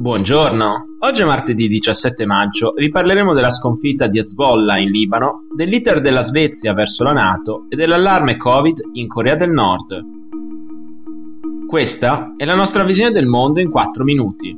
Buongiorno, oggi è martedì 17 maggio e vi parleremo della sconfitta di Hezbollah in Libano, dell'iter della Svezia verso la NATO e dell'allarme Covid in Corea del Nord. Questa è la nostra visione del mondo in 4 minuti.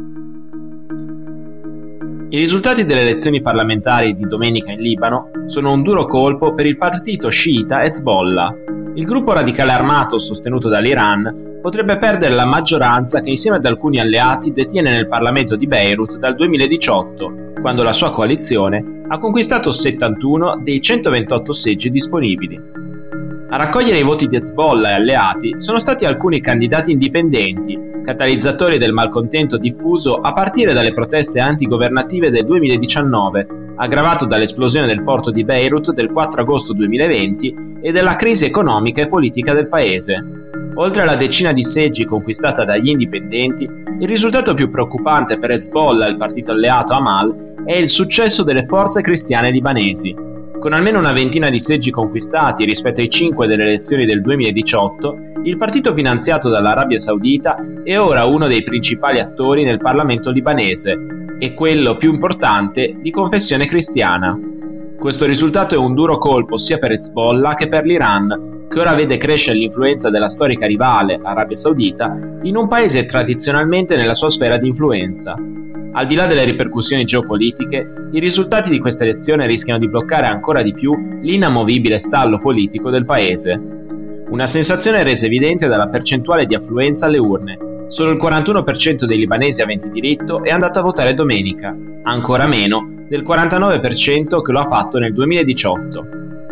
I risultati delle elezioni parlamentari di domenica in Libano sono un duro colpo per il partito sciita Hezbollah. Il gruppo radicale armato sostenuto dall'Iran potrebbe perdere la maggioranza che insieme ad alcuni alleati detiene nel Parlamento di Beirut dal 2018, quando la sua coalizione ha conquistato 71 dei 128 seggi disponibili. A raccogliere i voti di Hezbollah e alleati sono stati alcuni candidati indipendenti, catalizzatori del malcontento diffuso a partire dalle proteste antigovernative del 2019, aggravato dall'esplosione del porto di Beirut del 4 agosto 2020 e della crisi economica e politica del paese. Oltre alla decina di seggi conquistata dagli indipendenti, il risultato più preoccupante per Hezbollah e il partito alleato Amal è il successo delle forze cristiane libanesi. Con almeno una ventina di seggi conquistati rispetto ai 5 delle elezioni del 2018, il partito finanziato dall'Arabia Saudita è ora uno dei principali attori nel Parlamento libanese e quello più importante di confessione cristiana. Questo risultato è un duro colpo sia per Hezbollah che per l'Iran, che ora vede crescere l'influenza della storica rivale, l'Arabia Saudita, in un paese tradizionalmente nella sua sfera di influenza. Al di là delle ripercussioni geopolitiche, i risultati di questa elezione rischiano di bloccare ancora di più l'inamovibile stallo politico del paese. Una sensazione resa evidente dalla percentuale di affluenza alle urne. Solo il 41% dei libanesi aventi diritto è andato a votare domenica, ancora meno del 49% che lo ha fatto nel 2018.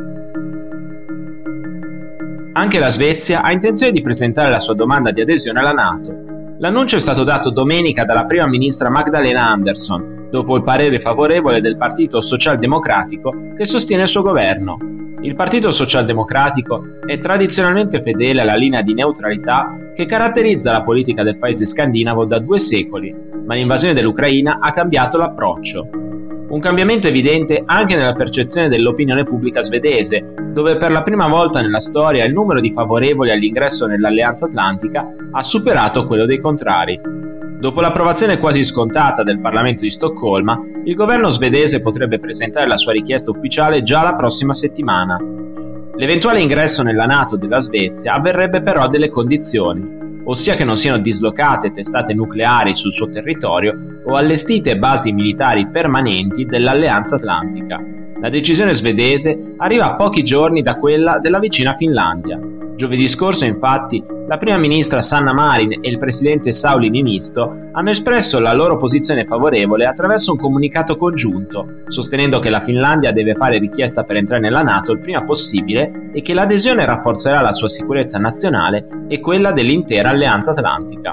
Anche la Svezia ha intenzione di presentare la sua domanda di adesione alla NATO. L'annuncio è stato dato domenica dalla prima ministra Magdalena Andersson, dopo il parere favorevole del Partito Socialdemocratico che sostiene il suo governo. Il Partito Socialdemocratico è tradizionalmente fedele alla linea di neutralità che caratterizza la politica del paese scandinavo da 2 secoli, ma l'invasione dell'Ucraina ha cambiato l'approccio. Un cambiamento evidente anche nella percezione dell'opinione pubblica svedese, dove per la prima volta nella storia il numero di favorevoli all'ingresso nell'Alleanza Atlantica ha superato quello dei contrari. Dopo l'approvazione quasi scontata del Parlamento di Stoccolma, il governo svedese potrebbe presentare la sua richiesta ufficiale già la prossima settimana. L'eventuale ingresso nella NATO della Svezia avverrebbe però a delle condizioni, ossia che non siano dislocate testate nucleari sul suo territorio o allestite basi militari permanenti dell'Alleanza Atlantica. La decisione svedese arriva a pochi giorni da quella della vicina Finlandia. Giovedì scorso, infatti, la prima ministra Sanna Marin e il presidente Sauli Niinisto hanno espresso la loro posizione favorevole attraverso un comunicato congiunto, sostenendo che la Finlandia deve fare richiesta per entrare nella NATO il prima possibile e che l'adesione rafforzerà la sua sicurezza nazionale e quella dell'intera Alleanza Atlantica.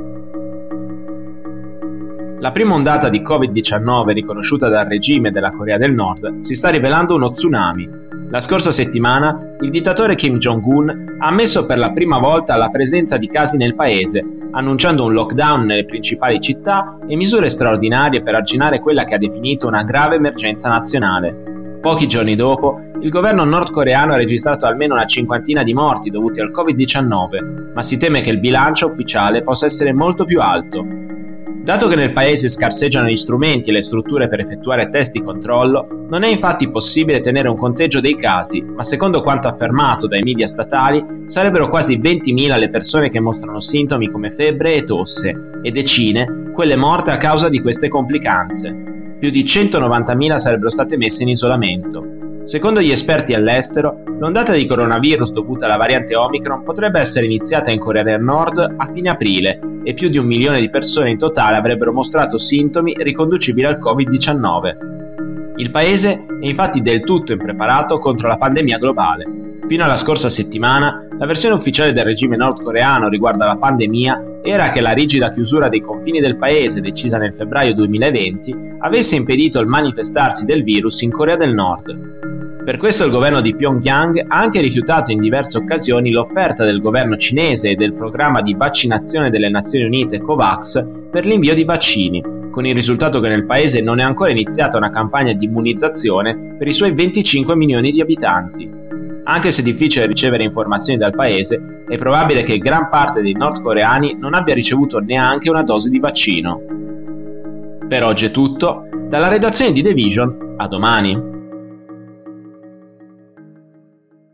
La prima ondata di Covid-19 riconosciuta dal regime della Corea del Nord si sta rivelando uno tsunami. La scorsa settimana il dittatore Kim Jong-un ha ammesso per la prima volta la presenza di casi nel paese, annunciando un lockdown nelle principali città e misure straordinarie per arginare quella che ha definito una grave emergenza nazionale. Pochi giorni dopo, il governo nordcoreano ha registrato almeno una 50ina di morti dovuti al Covid-19, ma si teme che il bilancio ufficiale possa essere molto più alto. Dato che nel paese scarseggiano gli strumenti e le strutture per effettuare test di controllo, non è infatti possibile tenere un conteggio dei casi, ma secondo quanto affermato dai media statali, sarebbero quasi 20.000 le persone che mostrano sintomi come febbre e tosse, e decine quelle morte a causa di queste complicanze. Più di 190.000 sarebbero state messe in isolamento. Secondo gli esperti all'estero, l'ondata di coronavirus dovuta alla variante Omicron potrebbe essere iniziata in Corea del Nord a fine aprile e più di 1 milione di persone in totale avrebbero mostrato sintomi riconducibili al Covid-19. Il paese è infatti del tutto impreparato contro la pandemia globale. Fino alla scorsa settimana, la versione ufficiale del regime nordcoreano riguardo alla pandemia era che la rigida chiusura dei confini del paese, decisa nel febbraio 2020, avesse impedito il manifestarsi del virus in Corea del Nord. Per questo il governo di Pyongyang ha anche rifiutato in diverse occasioni l'offerta del governo cinese e del programma di vaccinazione delle Nazioni Unite COVAX per l'invio di vaccini, con il risultato che nel paese non è ancora iniziata una campagna di immunizzazione per i suoi 25 milioni di abitanti. Anche se è difficile ricevere informazioni dal paese, è probabile che gran parte dei nordcoreani non abbia ricevuto neanche una dose di vaccino. Per oggi è tutto, dalla redazione di The Vision, a domani.